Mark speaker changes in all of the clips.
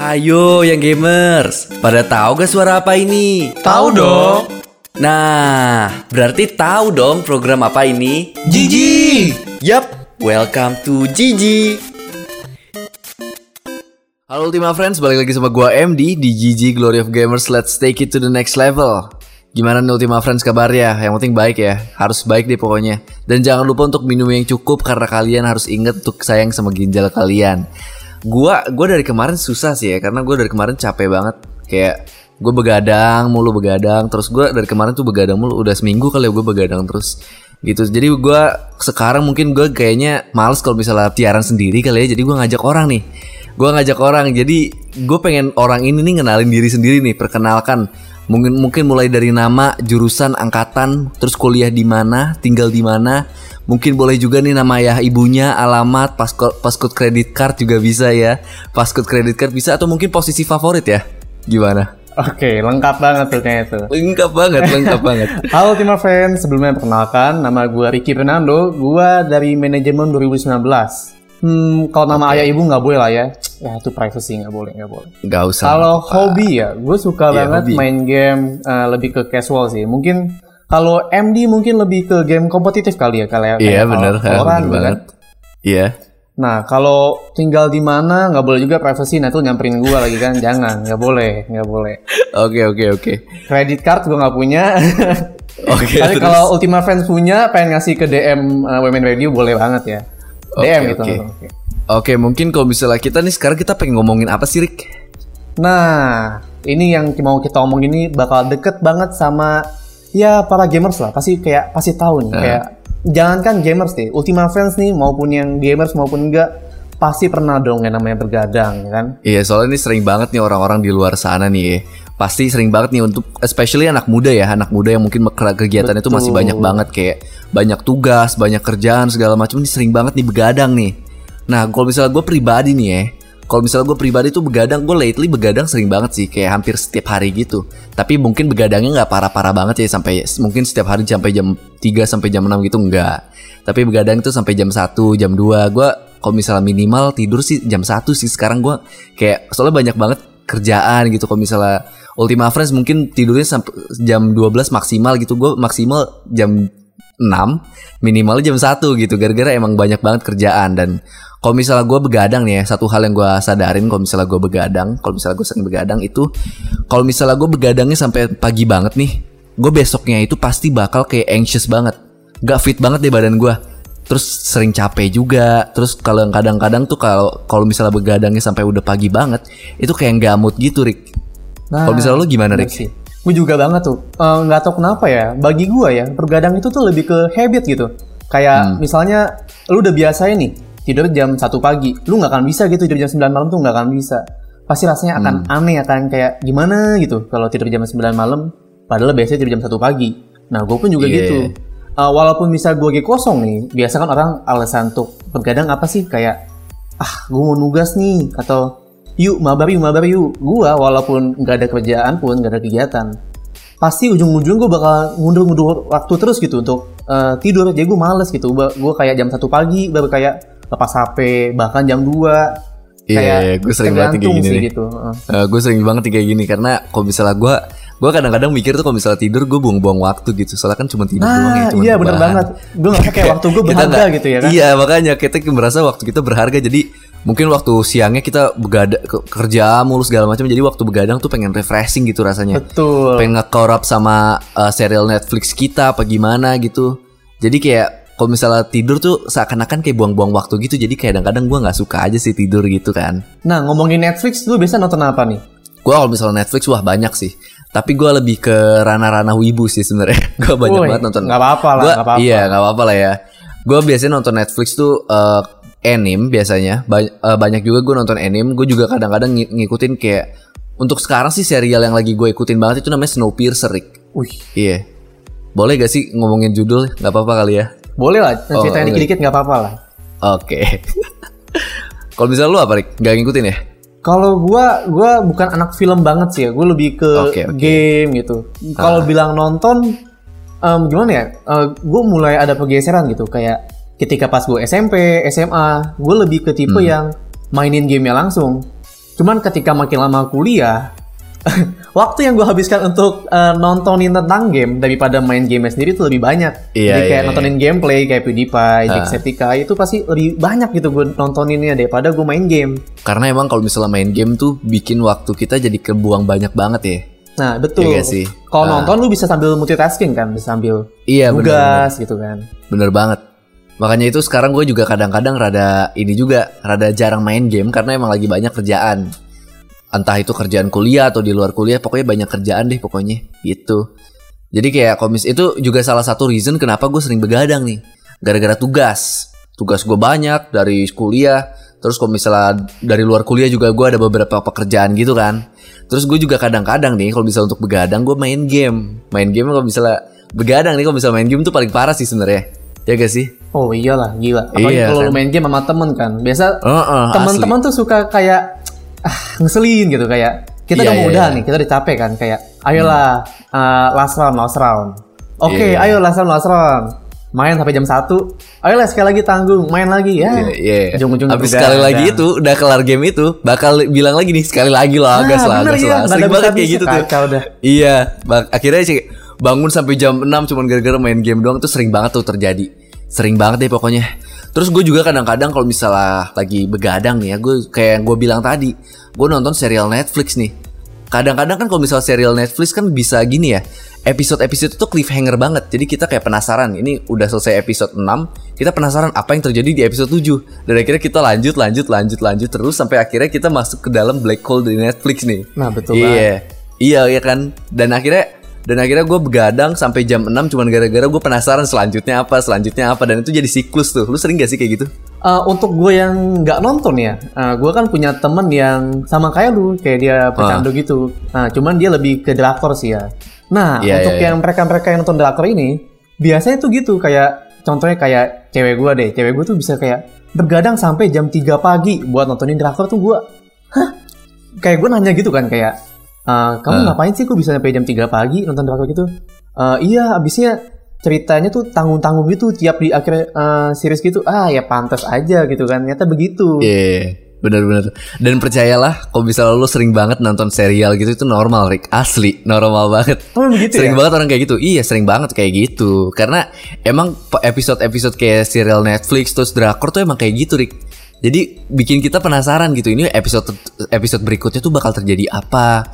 Speaker 1: Hayo yang gamers, pada tahu gak suara apa ini?
Speaker 2: Tahu dong.
Speaker 1: Nah, berarti tahu dong program apa ini?
Speaker 2: Gigi.
Speaker 1: Yup, welcome to Gigi. Halo Ultima Friends, balik lagi sama gua MD di Gigi Glory of Gamers. Let's take it to the next level. Gimana nih Ultima Friends kabarnya? Yang penting baik ya, harus baik deh pokoknya. Dan jangan lupa untuk minum yang cukup karena kalian harus ingat untuk sayang sama ginjal kalian. Gua dari kemarin susah sih ya, karena gue dari kemarin capek banget. Kayak gue begadang mulu, terus gue dari kemarin tuh begadang mulu, udah seminggu kali ya gue begadang terus gitu. Jadi gue sekarang mungkin gue kayaknya males kalau misalnya siaran sendiri kali ya. Jadi gue ngajak orang nih. Jadi gue pengen orang ini nih ngenalin diri sendiri nih, perkenalkan. Mungkin mulai dari nama, jurusan, angkatan, terus kuliah di mana, tinggal di mana. Mungkin boleh juga nih nama ayah ibunya, alamat, passcode credit card juga bisa ya. Passcode credit card bisa, atau mungkin posisi favorit ya. Gimana?
Speaker 2: Oke, lengkap banget tuh kayaknya tuh.
Speaker 1: Lengkap banget.
Speaker 2: Halo Ultima Friends, sebelumnya perkenalkan, nama gue Ricky Fernando. Gue dari manajemen 2019. Kalau nama ayah ibu nggak boleh lah ya. Ya itu privacy, nggak boleh.
Speaker 1: Nggak usah.
Speaker 2: Kalau hobi ya, gue suka banget
Speaker 1: hobi.
Speaker 2: main game, lebih ke casual sih. Mungkin kalau MD mungkin lebih ke game kompetitif kali ya.
Speaker 1: Iya benar banget. Iya.
Speaker 2: Nah kalau tinggal di mana nggak boleh juga privacy. Nah itu nyamperin gue lagi kan, jangan, nggak boleh.
Speaker 1: Oke.
Speaker 2: Credit card gue nggak punya.
Speaker 1: Oke.
Speaker 2: Tapi kalau Ultima Friends punya, pengen ngasih ke DM Women Radio boleh banget ya. DM gitu.
Speaker 1: Oke, mungkin kalau misalnya kita nih sekarang kita pengen ngomongin apa sih, Rick?
Speaker 2: Nah, ini yang mau kita omongin ini bakal deket banget sama ya para gamers lah. Pasti tahu nih. Kayak jangankan gamers deh, Ultima Friends nih maupun yang gamers maupun enggak, pasti pernah dong yang namanya bergadang, kan?
Speaker 1: Iya, soalnya ini sering banget nih orang-orang di luar sana nih ya. Pasti sering banget nih untuk especially anak muda yang mungkin kegiatan itu masih banyak banget, kayak banyak tugas, banyak kerjaan segala macam, ini sering banget nih begadang nih. Nah, kalau misalnya gue pribadi nih ya, tuh begadang, gue lately begadang sering banget sih, kayak hampir setiap hari gitu. Tapi mungkin begadangnya nggak parah-parah banget ya, sampai mungkin setiap hari sampai jam 3 sampai jam 6 gitu enggak. Tapi begadang itu sampai jam 1, jam 2. Gue kalau misalnya minimal tidur sih jam 1 sih sekarang. Gue kayak soalnya banyak banget kerjaan gitu. Kalau misalnya Ultima Friends mungkin tidurnya sampai jam 12 maksimal gitu. Gue maksimal jam 6, minimal jam 1 gitu. Gara-gara emang banyak banget kerjaan. Dan kalau misalnya gue begadang nih ya, satu hal yang gue sadarin kalau misalnya gue sering begadang itu, kalau misalnya gue begadangnya sampai pagi banget nih, gue besoknya itu pasti bakal kayak anxious banget, gak fit banget deh badan gue, terus sering capek juga. Terus kalau kadang-kadang tuh kalau misalnya begadangnya sampai udah pagi banget, itu kayak gak mood gitu, Rick. Nah, kalau misalnya lo gimana, Rick?
Speaker 2: Gue juga banget tuh, nggak tahu kenapa ya. Bagi gue ya, begadang itu tuh lebih ke habit gitu. Kayak misalnya lu udah biasa nih tidur jam 1 pagi, lu nggak akan bisa gitu tidur jam 9 malam tuh nggak akan bisa. Pasti rasanya akan aneh, akan kayak gimana gitu kalau tidur jam 9 malam, padahal biasanya tidur jam 1 pagi. Nah gue pun juga gitu. Walaupun bisa gue lagi kosong nih, biasa kan orang alasan untuk begadang apa sih? Kayak gue mau nugas nih, atau yuk mabar yuk. Gue walaupun nggak ada kerjaan pun, nggak ada kegiatan, pasti ujung-ujung gue bakal ngundur waktu terus gitu untuk tidur. Jadi gue males gitu. Gue kayak jam 1 pagi baru kayak lepas HP, bahkan jam 2.
Speaker 1: Iya, gue sering banget kayak gini nih.
Speaker 2: Gitu.
Speaker 1: Gue sering banget kayak gini karena kalau misalnya gue kadang-kadang mikir tuh kalau misalnya tidur gue buang-buang waktu gitu. Soalnya kan cuma tidur doang ya.
Speaker 2: Iya bener banget. Gue ngerasa kayak waktu gue berharga gitu ya kan.
Speaker 1: Iya, makanya kita merasa waktu kita berharga. Jadi mungkin waktu siangnya kita kerja mulu segala macam. Jadi waktu begadang tuh pengen refreshing gitu rasanya.
Speaker 2: Betul.
Speaker 1: Pengen nge-corrupt sama serial Netflix kita apa gimana gitu. Jadi kayak kalau misalnya tidur tuh seakan-akan kayak buang-buang waktu gitu. Jadi kadang-kadang gue gak suka aja sih tidur gitu kan.
Speaker 2: Nah ngomongin Netflix, lu biasa nonton apa nih?
Speaker 1: Gue kalau misalnya Netflix banyak sih. Tapi gue lebih ke ranah-ranah wibu sih sebenarnya. Gue banyak banget nonton.
Speaker 2: Gak apa-apa lah.
Speaker 1: Iya gak apa-apa lah ya. Gue biasanya nonton Netflix tuh anime biasanya. Banyak juga gue nonton anime. Gue juga kadang-kadang ngikutin kayak, untuk sekarang sih serial yang lagi gue ikutin banget itu namanya Snowpiercer, Rick. Iya. Boleh gak sih ngomongin judul? Gak apa-apa kali ya?
Speaker 2: Boleh lah, ceritain dikit-dikit gak apa-apa lah.
Speaker 1: Oke. Kalau misalnya lu apa, Rick? Gak ngikutin ya?
Speaker 2: Kalau gue bukan anak film banget sih ya. Gue lebih ke game gitu. Kalau bilang nonton, gimana ya? Gue mulai ada pergeseran gitu. Kayak ketika pas gue SMP, SMA, gue lebih ke tipe yang mainin gamenya langsung. Cuman ketika makin lama kuliah, waktu yang gue habiskan untuk nontonin tentang game daripada main game sendiri tuh lebih banyak. Jadi kayak nontonin gameplay kayak PewDiePie, Jacksepticeye itu pasti lebih banyak gitu gue nontoninnya daripada gue main game.
Speaker 1: Karena emang kalau misalnya main game tuh bikin waktu kita jadi kebuang banyak banget ya.
Speaker 2: Nah betul.
Speaker 1: Iya sih.
Speaker 2: Kalau nonton lu bisa sambil multitasking kan, bisa sambil tugas gitu kan.
Speaker 1: Bener banget. Makanya itu sekarang gue juga kadang-kadang rada jarang main game karena emang lagi banyak kerjaan. Entah itu kerjaan kuliah atau di luar kuliah, pokoknya banyak kerjaan deh pokoknya gitu. Jadi kayak itu juga salah satu reason kenapa gue sering begadang nih. Gara-gara tugas gue banyak dari kuliah. Terus kalau misalnya dari luar kuliah juga gue ada beberapa pekerjaan gitu kan. Terus gue juga kadang-kadang nih kalau misalnya untuk begadang gue main game. Kalau misalnya begadang nih, kalau misalnya main game tuh paling parah sih sebenarnya. Ya gak sih?
Speaker 2: Oh iyalah, gila. Apalagi kalau lu main game sama temen kan. Biasa teman-teman tuh suka kayak ngeselin gitu, kayak kita udah mau udah nih, kita udah capek kan, kayak ayolah last round. Oke, ayo last round. Main sampai jam 1. Ayolah sekali lagi tanggung, main lagi ya. Ujung-ujung
Speaker 1: habis sekali lagi itu udah kelar game itu, bakal bilang lagi nih sekali lagi lah, gas lah. Sering banget kayak gitu tuh. Iya, akhirnya sih bangun sampai jam 6 cuman gara-gara main game doang, tuh sering banget tuh terjadi. Sering banget deh pokoknya. Terus gue juga kadang-kadang kalau misalnya lagi begadang nih ya, gue kayak gue bilang tadi, gue nonton serial Netflix nih. Kadang-kadang kan kalau misalnya serial Netflix kan bisa gini ya, episode-episode itu cliffhanger banget. Jadi kita kayak penasaran, ini udah selesai episode 6, kita penasaran apa yang terjadi di episode 7. Dan akhirnya kita lanjut terus sampai akhirnya kita masuk ke dalam black hole di Netflix nih.
Speaker 2: Nah betul banget.
Speaker 1: Iya kan. Dan akhirnya gue begadang sampai jam 6 cuman gara-gara gue penasaran selanjutnya apa, dan itu jadi siklus tuh. Lu sering gak sih kayak gitu?
Speaker 2: Untuk gue yang gak nonton ya, gue kan punya temen yang sama kayak lu, kayak dia pecandu gitu. Nah cuman dia lebih ke drakor sih ya. Nah untuk yang mereka yang nonton drakor ini, biasanya tuh gitu, kayak contohnya kayak cewek gue tuh bisa kayak begadang sampai jam 3 pagi buat nontonin drakor tuh. Gue kayak gue nanya gitu kan, kayak kamu ngapain sih kok bisa sampai jam 3 pagi nonton drakor gitu? Iya, abisnya ceritanya tuh tanggung-tanggung gitu tiap di akhir series gitu. Ya pantas aja gitu kan, ternyata begitu.
Speaker 1: Iya, benar-benar. Dan percayalah, kalau misalnya lo sering banget nonton serial gitu, itu normal, Rick. Asli, normal banget.
Speaker 2: Oh begitu
Speaker 1: sering banget orang kayak gitu. Iya, sering banget kayak gitu. Karena emang episode-episode kayak serial Netflix terus drakor tuh emang kayak gitu, Rick. Jadi bikin kita penasaran gitu, ini episode berikutnya tuh bakal terjadi apa,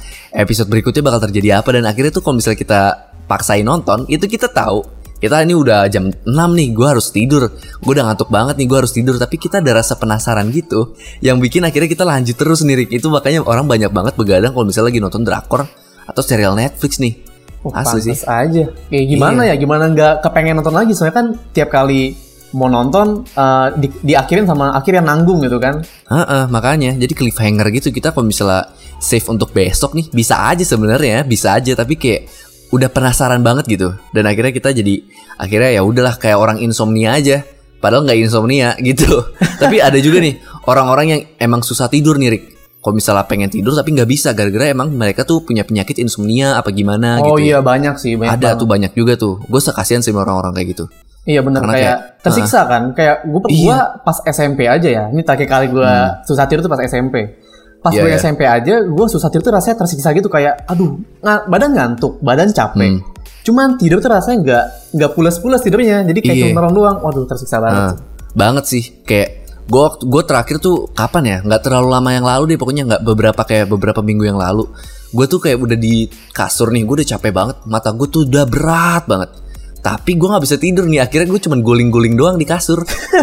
Speaker 1: dan akhirnya tuh kalau misalnya kita paksain nonton, itu kita tahu kita ini udah jam 6 nih, gue harus tidur, gue udah ngantuk banget nih, gue harus tidur, tapi kita ada rasa penasaran gitu yang bikin akhirnya kita lanjut terus nih, Rick. Itu makanya orang banyak banget begadang kalau misalnya lagi nonton drakor atau serial Netflix nih.
Speaker 2: Asli sih aja. Gimana nggak kepengen nonton lagi, soalnya kan tiap kali mau nonton diakhirin sama akhir yang nanggung gitu kan.
Speaker 1: Makanya jadi cliffhanger gitu. Kita kalau misalnya save untuk besok nih bisa aja sebenarnya, tapi kayak udah penasaran banget gitu. Dan akhirnya kita akhirnya ya udahlah kayak orang insomnia aja. Padahal nggak insomnia gitu. Tapi ada juga nih orang-orang yang emang susah tidur nih, Rick. Kalau misalnya pengen tidur tapi nggak bisa gara-gara emang mereka tuh punya penyakit insomnia apa gimana gitu.
Speaker 2: Oh iya banyak sih.
Speaker 1: Ada tuh banyak juga tuh. Gue kasihan sih orang-orang kayak gitu.
Speaker 2: Iya benar, kayak tersiksa kan. Kayak gue pas SMP aja ya. Ini terakhir kali gue susah tidur tuh pas SMP. Pas gue SMP aja, gue susah tidur tuh rasanya tersiksa gitu, kayak aduh, badan ngantuk, badan capek. Cuman tidur tuh rasanya nggak pulas-pulas tidurnya. Jadi kayak cuma merem doang. Waduh, tersiksa banget.
Speaker 1: Banget sih. Kayak gue terakhir tuh kapan ya? Nggak terlalu lama yang lalu deh. Pokoknya nggak beberapa minggu yang lalu. Gue tuh kayak udah di kasur nih, gue udah capek banget. Mata gue tuh udah berat banget. Tapi gue gak bisa tidur nih. Akhirnya gue cuman guling-guling doang di kasur.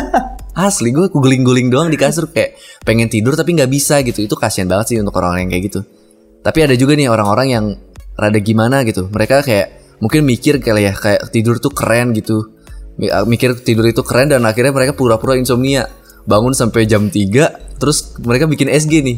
Speaker 1: Asli gue guling-guling doang di kasur. Kayak pengen tidur tapi gak bisa gitu. Itu kasihan banget sih untuk orang-orang yang kayak gitu. Tapi ada juga nih orang-orang yang rada gimana gitu. Mereka kayak mungkin mikir kayak tidur tuh keren gitu. Mikir tidur itu keren dan akhirnya mereka pura-pura insomnia. Bangun sampai jam 3. Terus mereka bikin SG nih.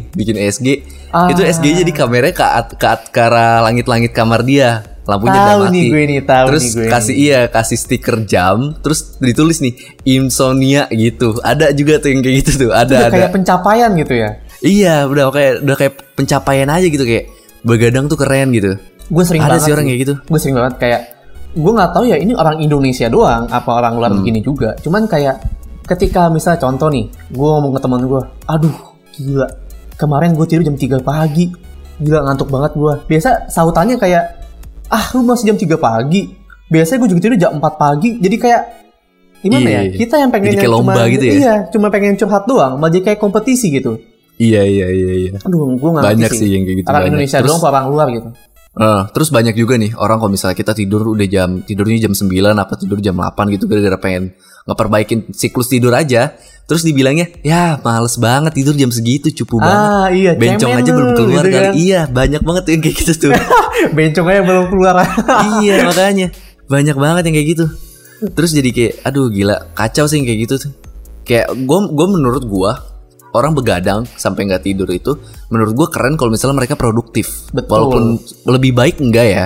Speaker 1: Itu SG jadi kameranya ke arah langit-langit kamar dia. Lampunya udah mati. Terus kasih stiker jam, terus ditulis nih insomnia gitu. Ada juga tuh yang kayak gitu tuh. Ada
Speaker 2: kayak pencapaian gitu ya.
Speaker 1: Iya, udah kayak pencapaian aja gitu, kayak begadang tuh keren gitu.
Speaker 2: Gue sering
Speaker 1: banget. Ada sih orang kayak gitu.
Speaker 2: Gue sering banget, kayak gue nggak tahu ya ini orang Indonesia doang apa orang luar begini juga. Cuman kayak ketika misalnya contoh nih, gue ngomong ke teman gue, aduh gila, kemarin gue tidur jam 3 pagi. Gila ngantuk banget gue. Biasa sautannya kayak, lu masih jam 3 pagi. Biasanya gue juga tidur jam 4 pagi. Jadi kayak, gimana ya? Kita yang pengen
Speaker 1: jadi kayak lomba gitu ya?
Speaker 2: Iya, cuma pengen curhat doang. Malah jadi kayak kompetisi gitu.
Speaker 1: Iya.
Speaker 2: Aduh, gue nggak
Speaker 1: banyak sih yang kayak gitu.
Speaker 2: Orang Indonesia doang apa orang luar gitu.
Speaker 1: Terus banyak juga nih orang kalau misalnya kita tidurnya jam 9 apa tidur jam 8 gitu gara-gara pengen ngeperbaikin siklus tidur aja. Terus dibilangnya, ya males banget tidur jam segitu, cupu banget.
Speaker 2: Iya,
Speaker 1: bencong aja belum keluar gitu kan. Iya, banyak banget tuh yang kayak gitu tuh.
Speaker 2: Bencong aja belum keluar.
Speaker 1: Iya, makanya banyak banget yang kayak gitu. Terus jadi kayak, aduh gila, kacau sih yang kayak gitu tuh. Kayak menurut gue orang begadang sampai nggak tidur itu menurut gue keren kalau misalnya mereka produktif.
Speaker 2: Betul.
Speaker 1: Walaupun lebih baik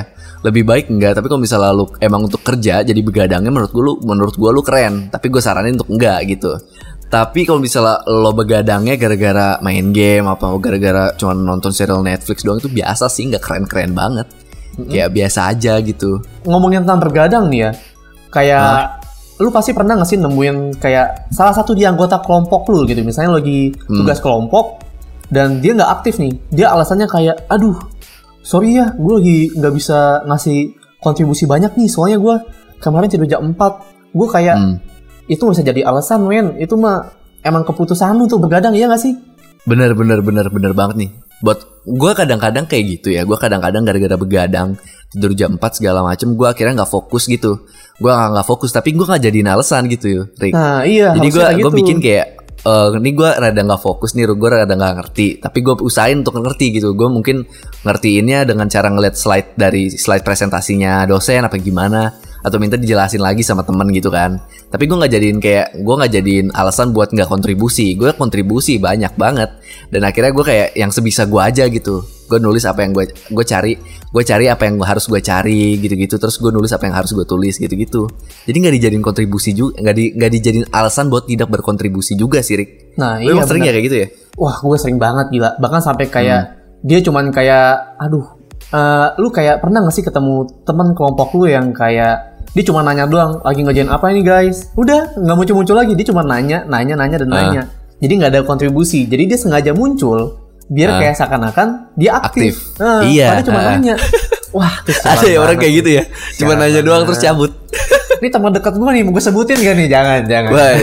Speaker 1: enggak, tapi kalau misalnya lu emang untuk kerja jadi begadangnya menurut gue lu keren, tapi gue saranin untuk enggak gitu. Tapi kalau misalnya lo begadangnya gara-gara main game apa gara-gara cuma nonton serial Netflix doang itu biasa sih, nggak keren-keren banget. Kayak biasa aja gitu.
Speaker 2: Ngomongin tentang begadang nih ya, kayak lu pasti pernah gak sih nemuin kayak salah satu di anggota kelompok lu gitu, misalnya lagi tugas kelompok dan dia nggak aktif nih, dia alasannya kayak, aduh sorry ya gue lagi nggak bisa ngasih kontribusi banyak nih soalnya gue kemarin tidur jam 4. Gue kayak itu gak bisa jadi alasan men, itu mah emang keputusan lu untuk begadang, iya gak sih?
Speaker 1: Bener banget nih. Buat gue kadang-kadang kayak gitu ya, gue kadang-kadang gara-gara begadang tidur jam 4 segala macem, gue akhirnya nggak fokus gitu. Gue nggak fokus, tapi gue nggak jadiin alasan gitu, Rick.
Speaker 2: Nah iya.
Speaker 1: Jadi gue bikin kayak, ini gue rada nggak fokus nih, gue rada nggak ngerti. Tapi gue usahain untuk ngerti gitu. Gue mungkin ngertiinnya dengan cara ngeliat slide presentasinya dosen apa gimana, atau minta dijelasin lagi sama temen gitu kan. Tapi gue nggak jadiin alasan buat nggak kontribusi. Gue kontribusi banyak banget. Dan akhirnya gue kayak yang sebisa gue aja gitu. Gue nulis apa yang gue cari apa yang harus gue cari gitu-gitu. Terus gue nulis apa yang harus gue tulis gitu-gitu. Jadi nggak dijadiin kontribusi juga, nggak dijadiin alasan buat tidak berkontribusi juga sih, Rick.
Speaker 2: Nah
Speaker 1: iya. Lu sering ya kayak gitu ya?
Speaker 2: Wah gue sering banget gila. Bahkan sampai kayak dia cuman kayak, lu kayak pernah gak sih ketemu teman kelompok lu yang kayak dia cuma nanya doang, lagi ngerjain apa ini guys? Udah, nggak muncul lagi. Dia cuma nanya. Jadi nggak ada kontribusi. Jadi dia sengaja muncul biar kayak seakan-akan dia aktif.
Speaker 1: Iya.
Speaker 2: Padahal cuma nanya. Wah,
Speaker 1: ada ya orang kayak gitu ya. Cuma nanya doang terus cabut.
Speaker 2: Ini teman dekat gue nih, mau gue sebutin gak nih? Jangan.
Speaker 1: Wah,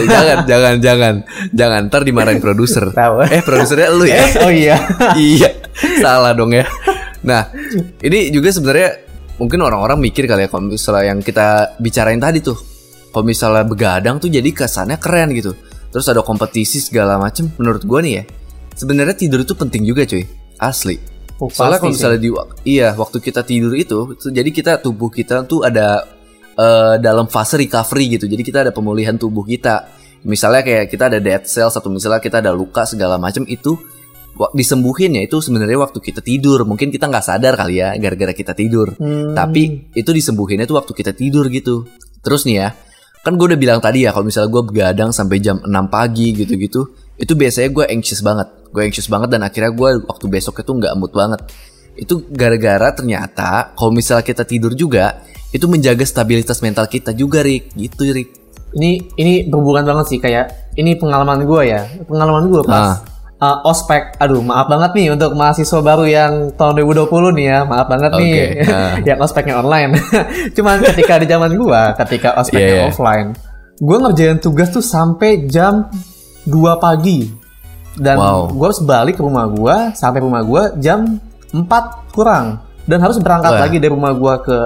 Speaker 1: jangan. Ntar dimarahin produser. Produsernya lu ya?
Speaker 2: Oh iya.
Speaker 1: Iya. Salah dong ya. Nah, ini juga sebenarnya mungkin orang-orang mikir kali ya kalau misalnya yang kita bicarain tadi tuh, kalau misalnya begadang tuh jadi kesannya keren gitu. Terus ada kompetisi segala macem. Menurut gue nih ya, sebenarnya tidur itu penting juga cuy, asli. Soalnya kalau misalnya waktu kita tidur itu jadi tubuh kita tuh ada dalam fase recovery gitu. Jadi kita ada pemulihan tubuh kita. Misalnya kayak kita ada dead cells atau misalnya kita ada luka segala macem, itu disembuhin ya itu sebenarnya waktu kita tidur. Mungkin kita nggak sadar kali ya gara-gara kita tidur. Tapi itu disembuhinnya tuh waktu kita tidur gitu. Terus nih ya, kan gue udah bilang tadi ya kalau misalnya gue begadang sampai jam 6 pagi gitu-gitu, itu biasanya gue anxious banget dan akhirnya gue waktu besoknya tuh nggak mood banget. Itu gara-gara ternyata kalau misalnya kita tidur juga itu menjaga stabilitas mental kita juga, Rick. Gitu, Rick.
Speaker 2: Ini berhubungan banget sih, kayak ini pengalaman gue pas ospek. Aduh, maaf banget nih untuk mahasiswa baru yang tahun 2020 nih ya. Maaf banget nih yang ospeknya online. Cuman ketika di zaman ketika ospeknya offline, gue ngerjain tugas tuh sampai jam 2 pagi. Dan gue harus balik ke rumah gue, sampai rumah gue jam 4 kurang. Dan harus berangkat lagi dari rumah gue ke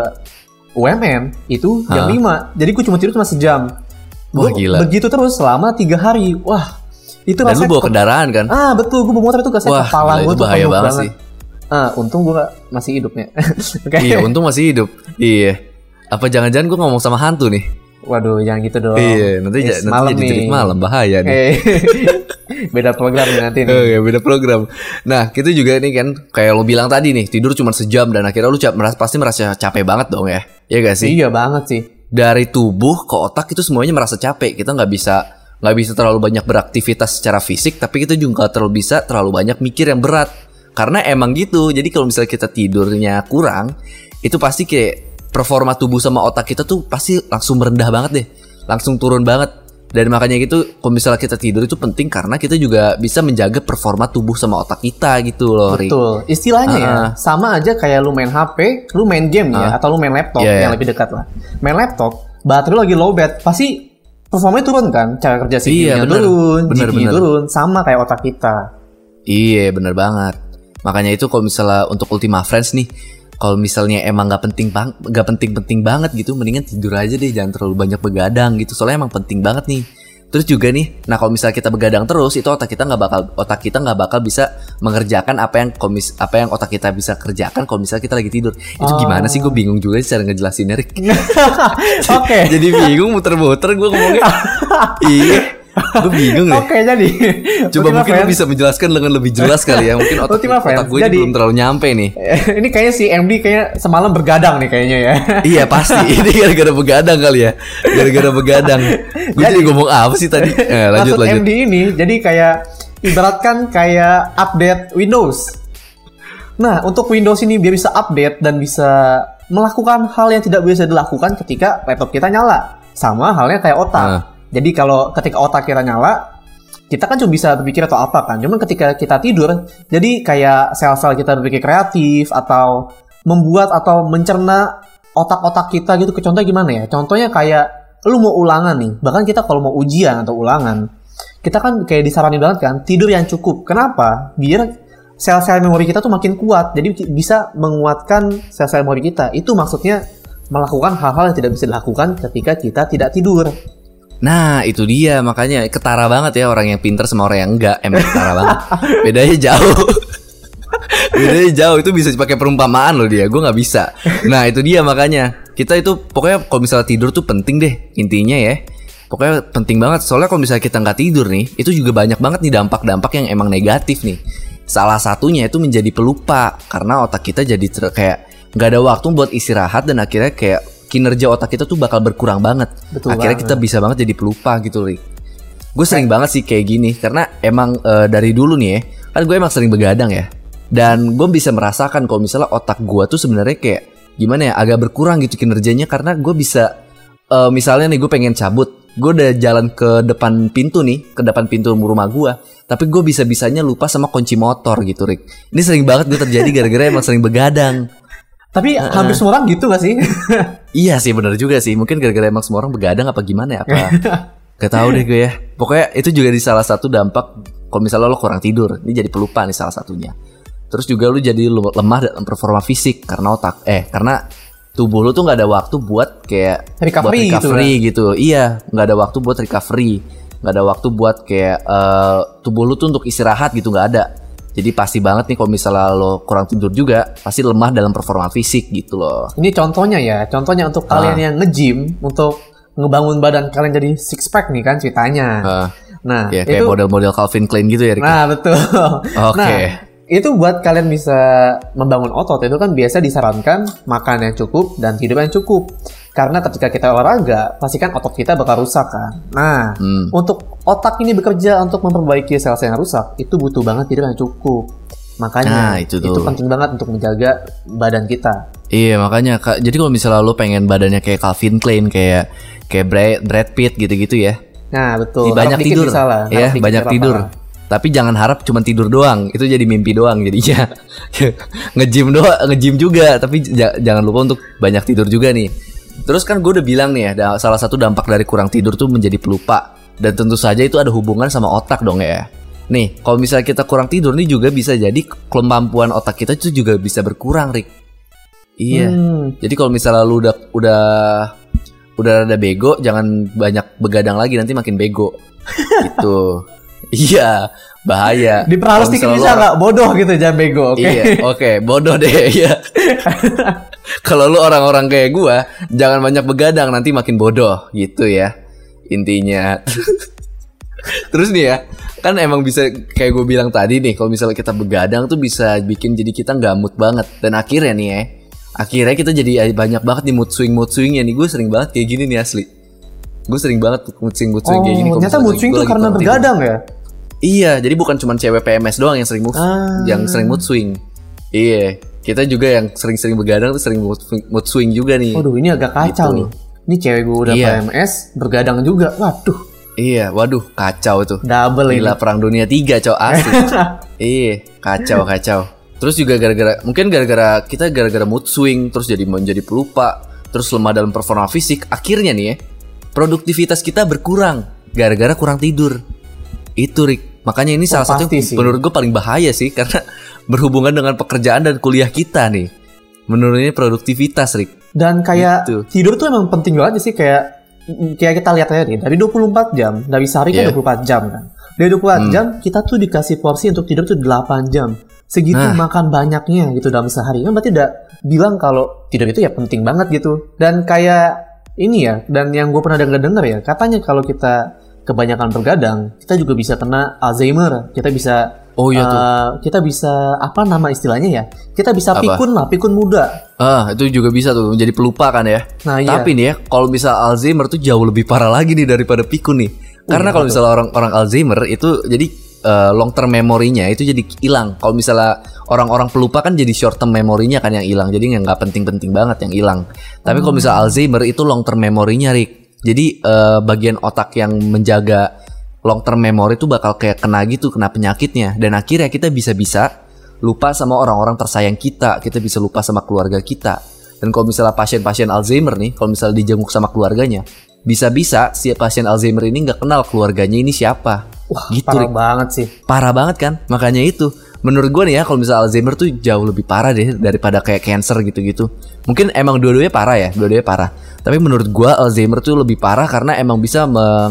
Speaker 2: UMN itu jam 5. Jadi gue cuma tidur sejam.
Speaker 1: Gila.
Speaker 2: Begitu terus selama 3 hari. Wah, itu
Speaker 1: dan lu bawa kendaraan kan?
Speaker 2: Betul, gue bawa motor itu kepala gue tuh
Speaker 1: bahaya banget sih.
Speaker 2: Untung gue masih hidupnya.
Speaker 1: Iya, untung masih hidup. Iya. Apa jangan-jangan gue ngomong sama hantu nih?
Speaker 2: Waduh, jangan gitu dong.
Speaker 1: Iya, nanti jadi cerit malam, bahaya nih.
Speaker 2: Beda program nanti nih.
Speaker 1: Oke, beda program. Nah, kita juga nih kan kayak lo bilang tadi nih, tidur cuma sejam dan akhirnya lu pasti merasa capek banget dong ya. Iya gak sih?
Speaker 2: Iya banget sih.
Speaker 1: Dari tubuh ke otak itu semuanya merasa capek. Kita nggak bisa terlalu banyak beraktivitas secara fisik, tapi kita juga terlalu banyak mikir yang berat. Karena emang gitu. Jadi kalau misalnya kita tidurnya kurang, itu pasti kayak performa tubuh sama otak kita tuh pasti langsung merendah banget deh. Langsung turun banget. Dan makanya gitu, kalau misalnya kita tidur itu penting karena kita juga bisa menjaga performa tubuh sama otak kita gitu loh, Rik.
Speaker 2: Betul. Istilahnya ya, sama aja kayak lu main HP, lu main game ya, atau lu main laptop yang lebih dekat lah. Main laptop, baterai lu lagi low bat, pasti performanya turun kan? Cara kerja CPU-nya turun, GPU turun, sama kayak otak kita.
Speaker 1: Iya, bener banget. Makanya itu kalau misalnya untuk Ultima Friends nih, kalau misalnya emang nggak penting banget gitu, mendingan tidur aja deh, jangan terlalu banyak begadang gitu. Soalnya emang penting banget nih. Terus juga nih, nah kalau misalnya kita begadang terus, itu otak kita nggak bakal bisa mengerjakan apa yang otak kita bisa kerjakan kalau misalnya kita lagi tidur. Itu gimana sih? Gue bingung juga cara ngejelasinnya, Rik.
Speaker 2: Oke.
Speaker 1: Jadi bingung, muter-muter gue ngomongnya. Iya. Gue bingung deh.
Speaker 2: Oke, jadi
Speaker 1: coba mungkin lu bisa menjelaskan dengan lebih jelas kali ya. Mungkin otak gue jadi, belum terlalu nyampe nih.
Speaker 2: Ini kayaknya si MD kayak semalam bergadang nih kayaknya ya.
Speaker 1: Iya pasti. Ini gara-gara begadang kali ya. Gara-gara begadang. Gue jadi ngomong apa sih tadi? Lanjut.
Speaker 2: MD ini jadi kayak ibaratkan kayak update Windows. Nah, untuk Windows ini biar bisa update dan bisa melakukan hal yang tidak bisa dilakukan ketika laptop kita nyala. Sama halnya kayak otak. Jadi kalau ketika otak kita nyala, kita kan cuma bisa berpikir atau apa kan. Cuman ketika kita tidur, jadi kayak sel-sel kita berpikir kreatif atau membuat atau mencerna otak-otak kita gitu. Contohnya gimana ya? Contohnya kayak lu mau ulangan nih. Bahkan kita kalau mau ujian atau ulangan, kita kan kayak disaranin banget kan tidur yang cukup. Kenapa? Biar sel-sel memori kita tuh makin kuat. Jadi bisa menguatkan sel-sel memori kita. Itu maksudnya melakukan hal-hal yang tidak bisa dilakukan ketika kita tidak tidur.
Speaker 1: Nah itu dia, makanya ketara banget ya orang yang pintar sama orang yang enggak. Emang ketara banget. Bedanya jauh. Itu bisa dipakai perumpamaan loh dia. Gue gak bisa. Nah itu dia makanya. Kita itu pokoknya kalau misalnya tidur tuh penting deh. Intinya ya, pokoknya penting banget. Soalnya kalau misalnya kita gak tidur nih, itu juga banyak banget nih dampak-dampak yang emang negatif nih. Salah satunya itu menjadi pelupa. Karena otak kita jadi kayak gak ada waktu buat istirahat. Dan akhirnya kayak kinerja otak kita tuh bakal berkurang banget.
Speaker 2: Betul
Speaker 1: akhirnya
Speaker 2: banget.
Speaker 1: Kita bisa banget jadi pelupa gitu, Rik. Gue sering banget sih kayak gini. Karena emang dari dulu nih ya, kan gue emang sering begadang ya. Dan gue bisa merasakan kalau misalnya otak gue tuh sebenarnya kayak gimana ya, agak berkurang gitu kinerjanya. Karena gue bisa misalnya nih gue pengen cabut, gue udah jalan ke depan pintu rumah gue, tapi gue bisa-bisanya lupa sama kunci motor gitu, Rik. Ini sering banget gue terjadi gara-gara emang sering begadang.
Speaker 2: Tapi hampir semua orang gitu gak sih?
Speaker 1: Iya sih, benar juga sih. Mungkin gara-gara emang semua orang begadang apa gimana ya? Apa? Gak tahu deh gue ya. Pokoknya itu juga di salah satu dampak kalau misalnya lo kurang tidur. Ini jadi pelupa nih salah satunya. Terus juga lo jadi lemah dalam performa fisik karena karena tubuh lo tuh nggak ada waktu buat kayak recovery gitu. Iya, nggak ada waktu buat recovery. Nggak ada waktu buat kayak tubuh lo tuh untuk istirahat gitu, nggak ada. Jadi pasti banget nih kalau misalnya lo kurang tidur juga, pasti lemah dalam performa fisik gitu loh.
Speaker 2: Ini contohnya ya, contohnya untuk kalian yang nge-gym, untuk ngebangun badan kalian jadi six pack nih kan ceritanya. Nah,
Speaker 1: ya, kayak
Speaker 2: itu
Speaker 1: model-model Calvin Klein gitu ya, Rik.
Speaker 2: Nah, betul.
Speaker 1: Oke.
Speaker 2: Nah, itu buat kalian bisa membangun otot itu kan biasa disarankan makan yang cukup dan tidur yang cukup. Karena ketika kita olahraga, pasti kan otot kita bakal rusak kan. Nah, untuk otak ini bekerja untuk memperbaiki sel-sel yang rusak, itu butuh banget tidur yang cukup. Makanya itu penting banget untuk menjaga badan kita.
Speaker 1: Iya, makanya Kak. Jadi kalau misalnya lo pengen badannya kayak Calvin Klein, kayak Brad Pitt gitu-gitu ya.
Speaker 2: Nah, betul.
Speaker 1: Banyak tidur. Ya, banyak tidur. Tapi jangan harap cuma tidur doang. Itu jadi mimpi doang jadinya. Nge-gym juga, tapi jangan lupa untuk banyak tidur juga nih. Terus kan gue udah bilang nih ya, salah satu dampak dari kurang tidur tuh menjadi pelupa. Dan tentu saja itu ada hubungan sama otak dong ya. Nih, kalau misalnya kita kurang tidur nih juga bisa jadi kemampuan otak kita itu juga bisa berkurang, Rik. Iya. Jadi kalau misalnya lu udah rada bego, jangan banyak begadang lagi, nanti makin bego. Gitu. Iya, bahaya.
Speaker 2: Diperhalus dikit bisa nggak? Bodoh gitu, jangan bego. Okay?
Speaker 1: Iya, oke, bodoh deh. Iya. Kalau lu orang-orang kayak gua, jangan banyak begadang, nanti makin bodoh gitu ya. Intinya. Terus nih ya, kan emang bisa kayak gue bilang tadi nih, kalau misalnya kita begadang tuh bisa bikin jadi kita nggak mood banget. Dan akhirnya nih ya, akhirnya kita jadi banyak banget nih mood swingnya nih. Gue sering banget kayak gini nih asli. Gue sering banget mood swing kayak gini.
Speaker 2: Ternyata mood swing tuh karena begadang ya?
Speaker 1: Iya, jadi bukan cuma cewek PMS doang yang sering mood swing. Iya, kita juga yang sering-sering begadang tuh sering mood swing juga nih.
Speaker 2: Waduh, ini agak kacau gitu nih. Ini cewek gue udah PMS, bergadang juga. Waduh.
Speaker 1: Iya, waduh kacau tuh.
Speaker 2: Double
Speaker 1: Gila
Speaker 2: ini.
Speaker 1: perang dunia 3 cowok asli. Iya, kacau. Terus juga gara-gara kita gara-gara mood swing terus jadi menjadi pelupa, terus lemah dalam performa fisik, akhirnya nih ya, produktivitas kita berkurang gara-gara kurang tidur. Itu Rick. Makanya ini salah satu
Speaker 2: pasti sih.
Speaker 1: menurut gue paling bahaya sih karena berhubungan dengan pekerjaan dan kuliah kita nih. Menurunnya produktivitas Rick.
Speaker 2: Dan kayak
Speaker 1: Gitu.
Speaker 2: tidur tuh emang penting banget sih, kayak kita lihat aja nih, dari 24 jam, dari sehari kan
Speaker 1: Yeah.
Speaker 2: 24 jam kan. Dari 24 jam kita tuh dikasih porsi untuk tidur tuh 8 jam. Segitu
Speaker 1: Nah.
Speaker 2: makan banyaknya gitu dalam sehari. Kan berarti udah bilang kalau tidur itu ya penting banget gitu. Dan kayak ini ya, dan yang gue pernah denger ya, katanya kalau kita kebanyakan bergadang, kita juga bisa kena Alzheimer. Kita bisa
Speaker 1: Oh iya tuh.
Speaker 2: kita bisa apa nama istilahnya ya? Kita bisa
Speaker 1: Apa?
Speaker 2: pikun muda.
Speaker 1: Itu juga bisa tuh menjadi pelupa kan ya.
Speaker 2: Nah, iya.
Speaker 1: Tapi nih ya, kalau misal Alzheimer tuh jauh lebih parah lagi nih daripada pikun nih. Karena kalau misalnya orang Alzheimer itu jadi long term memorinya itu jadi hilang. Kalau misalnya orang-orang pelupa kan jadi short term memorinya kan yang hilang. Jadi nggak penting-penting banget yang hilang. Tapi kalau misalnya Alzheimer itu long term memorinya Rick. Jadi bagian otak yang menjaga long term memory itu bakal kayak kena gitu, kena penyakitnya. Dan akhirnya kita bisa-bisa lupa sama orang-orang tersayang kita bisa lupa sama keluarga kita. Dan kalau misalnya pasien-pasien Alzheimer nih, kalau misalnya dijenguk sama keluarganya, bisa-bisa si pasien Alzheimer ini nggak kenal keluarganya ini siapa.
Speaker 2: Wah,
Speaker 1: gitu
Speaker 2: parah
Speaker 1: Rick.
Speaker 2: banget sih.
Speaker 1: Parah banget kan? Makanya itu menurut gue nih ya, kalau misalnya Alzheimer tuh jauh lebih parah deh daripada kayak cancer gitu-gitu. Mungkin emang dua-duanya parah ya, dua-duanya parah. Tapi menurut gue Alzheimer tuh lebih parah karena emang bisa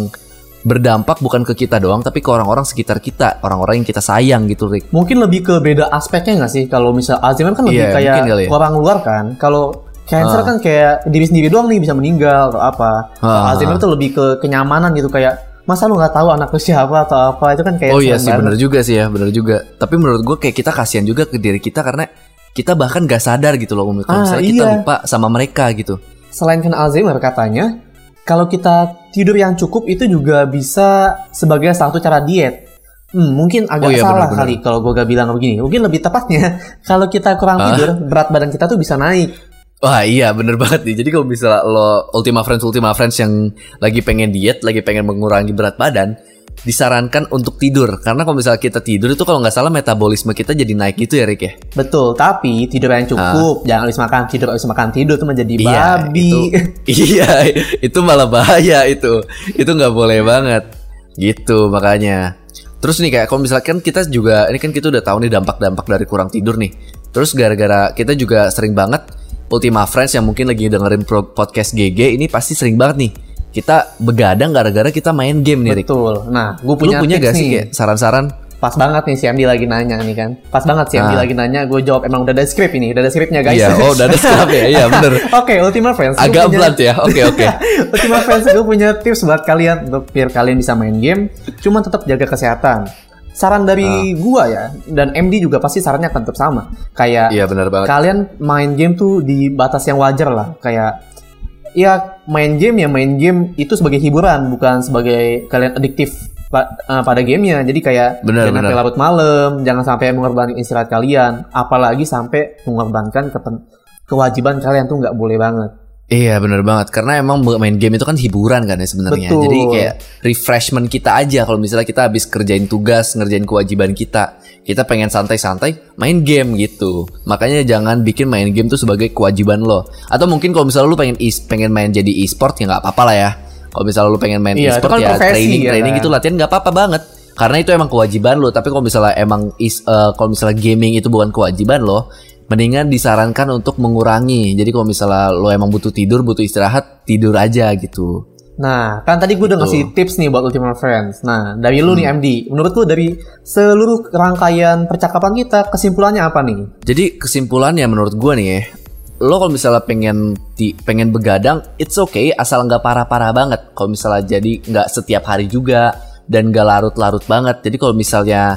Speaker 1: berdampak bukan ke kita doang, tapi ke orang-orang sekitar kita, orang-orang yang kita sayang gitu, Rick.
Speaker 2: Mungkin lebih ke beda aspeknya nggak sih? Kalau misal Alzheimer kan lebih
Speaker 1: Iya,
Speaker 2: kayak
Speaker 1: mungkin kali ya.
Speaker 2: orang luar kan. Kalau cancer kan kayak diri sendiri doang nih bisa meninggal atau apa. Kalau Alzheimer tuh lebih ke kenyamanan gitu, kayak masa lu nggak tahu anak lu siapa atau apa, itu kan kayak
Speaker 1: Oh iya
Speaker 2: serem
Speaker 1: sih,
Speaker 2: banget.
Speaker 1: bener juga sih ya, bener juga. Tapi menurut gue kayak kita kasihan juga ke diri kita karena kita bahkan gak sadar gitu loh kalau misalnya kita
Speaker 2: iya.
Speaker 1: lupa sama mereka gitu.
Speaker 2: Selain kena Alzheimer katanya, kalau kita tidur yang cukup itu juga bisa sebagai salah satu cara diet. Mungkin agak
Speaker 1: Oh iya,
Speaker 2: salah
Speaker 1: benar-benar.
Speaker 2: kali kalau gue gak bilang begini. Mungkin lebih tepatnya kalau kita kurang tidur, berat badan kita tuh bisa naik.
Speaker 1: Wah iya bener banget nih. Jadi kalau misalnya lo Ultima Friends yang lagi pengen diet, lagi pengen mengurangi berat badan, disarankan untuk tidur. Karena kalau misalnya kita tidur itu kalau nggak salah metabolisme kita jadi naik gitu ya Rick ya.
Speaker 2: Betul, tapi tidur yang cukup, jangan habis makan tidur itu menjadi
Speaker 1: Iya,
Speaker 2: babi.
Speaker 1: Iya, itu malah bahaya itu. Itu nggak boleh banget. Gitu makanya. Terus nih kayak kalau misalkan kita juga, ini kan kita udah tahu nih dampak-dampak dari kurang tidur nih. Terus gara-gara kita juga sering banget Ultima Friends yang mungkin lagi dengerin podcast GG ini pasti sering banget nih. Kita begadang gara-gara kita main game nih, Rick.
Speaker 2: Betul. Nah, gue
Speaker 1: Lu
Speaker 2: punya
Speaker 1: punya
Speaker 2: tips
Speaker 1: gak sih
Speaker 2: nih.
Speaker 1: kayak saran-saran?
Speaker 2: Pas banget nih si Amdi lagi nanya nih kan. Pas banget si Amdi lagi nanya, gue jawab emang udah ada skrip ini, udah ada skripnya guys.
Speaker 1: Iya, udah ada skrip ya. Iya, bener.
Speaker 2: Oke, Ultima Friends. gua
Speaker 1: Agak
Speaker 2: punya-
Speaker 1: blunt ya. Oke.
Speaker 2: Ultima Friends, gue punya tips buat kalian untuk biar kalian bisa main game, cuma tetap jaga kesehatan. Saran dari gua ya, dan MD juga pasti sarannya akan tetap sama. Kayak
Speaker 1: Iya, bener banget.
Speaker 2: kalian main game tuh di batas yang wajar lah. Kayak ya main game itu sebagai hiburan, bukan sebagai kalian adiktif pada gamenya. Jadi kayak
Speaker 1: Bener,
Speaker 2: jangan sampai
Speaker 1: bener.
Speaker 2: larut malam, jangan sampai mengorbankan istirahat kalian, apalagi sampai mengorbankan kewajiban kalian tuh nggak boleh banget.
Speaker 1: Iya bener banget. Karena emang main game itu kan hiburan kan ya sebenarnya.
Speaker 2: Betul.
Speaker 1: Jadi kayak refreshment kita aja. Kalau misalnya kita habis kerjain tugas, ngerjain kewajiban kita pengen santai-santai main game gitu. Makanya jangan bikin main game tuh sebagai kewajiban lo. Atau mungkin kalau misalnya lu pengen main jadi e-sport ya nggak apa-apa lah ya. Kalau misalnya lu pengen main
Speaker 2: Iya,
Speaker 1: e-sport
Speaker 2: itu kan
Speaker 1: ya
Speaker 2: profesi,
Speaker 1: training
Speaker 2: ya kan?
Speaker 1: gitu latihan nggak apa-apa banget. Karena itu emang kewajiban lo. Tapi kalau misalnya kalau misalnya gaming itu bukan kewajiban lo, mendingan disarankan untuk mengurangi. Jadi kalau misalnya lo emang butuh tidur, butuh istirahat, tidur aja gitu.
Speaker 2: Nah, kan tadi gue udah ngasih tips nih buat Ultima Friends. Nah, dari lu nih MD, menurut lu dari seluruh rangkaian percakapan kita, kesimpulannya apa nih?
Speaker 1: Jadi kesimpulannya menurut gue nih ya, lo kalau misalnya pengen begadang, it's okay asal nggak parah-parah banget. Kalau misalnya jadi nggak setiap hari juga dan nggak larut-larut banget. Jadi kalau misalnya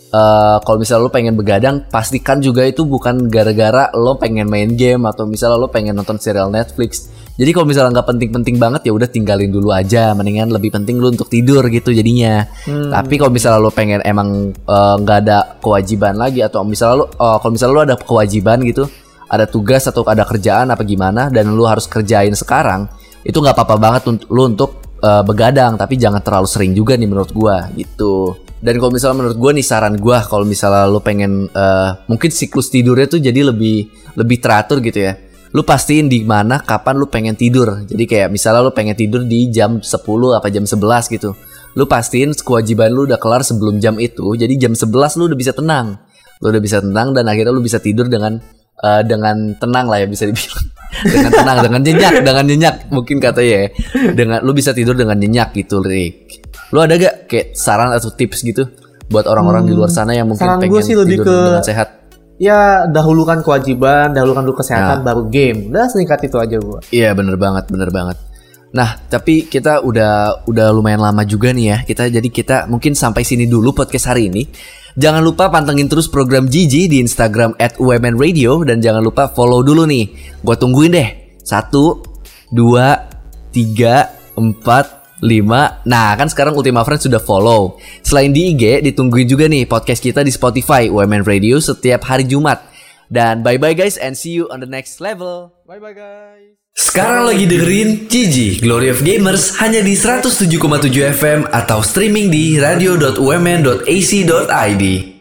Speaker 1: lo pengen begadang, pastikan juga itu bukan gara-gara lo pengen main game atau misalnya lo pengen nonton serial Netflix. Jadi kalau misalnya nggak penting-penting banget ya udah tinggalin dulu aja. Mendingan lebih penting lo untuk tidur gitu jadinya. Tapi kalau misalnya lo pengen emang nggak ada kewajiban lagi atau misalnya kalau misalnya lo ada kewajiban gitu, ada tugas atau ada kerjaan apa gimana dan lo harus kerjain sekarang, itu nggak apa-apa banget lo untuk begadang, tapi jangan terlalu sering juga nih menurut gua gitu. Dan kalau misalnya menurut gua nih, saran gua kalau misalnya lu pengen mungkin siklus tidurnya tuh jadi lebih teratur gitu ya. Lu pastiin di mana kapan lu pengen tidur. Jadi kayak misalnya lu pengen tidur di jam 10 apa jam 11 gitu. Lu pastiin kewajiban lu udah kelar sebelum jam itu. Jadi jam 11 lu udah bisa tenang. Lu udah bisa tenang dan akhirnya lu bisa tidur dengan tenang lah ya, bisa dibilang. Dengan tenang, dengan nyenyak mungkin katanya ya. Dengan lu bisa tidur dengan nyenyak gitu, Rick. Lu ada gak kayak saran atau tips gitu buat orang-orang di luar sana yang mungkin pengen
Speaker 2: sih lebih
Speaker 1: tidur dengan sehat?
Speaker 2: Ya dahulukan kewajiban, dahulukan dulu kesehatan, baru game. Udah singkat itu aja gua.
Speaker 1: Iya bener banget. Nah tapi kita udah lumayan lama juga nih ya. Kita mungkin sampai sini dulu podcast hari ini. Jangan lupa pantengin terus program Gigi di Instagram @UMNRadio. Dan jangan lupa follow dulu nih. Gua tungguin deh 1, 2, 3, 4, 5. Nah kan sekarang Ultima Friends sudah follow. Selain di IG, ditungguin juga nih podcast kita di Spotify UMN Radio setiap hari Jumat. Dan bye-bye guys and see you on the next level.
Speaker 2: Bye-bye guys.
Speaker 1: Sekarang lagi dengerin Gigi Glory of Gamers hanya di 107,7 FM atau streaming di radio.umn.ac.id.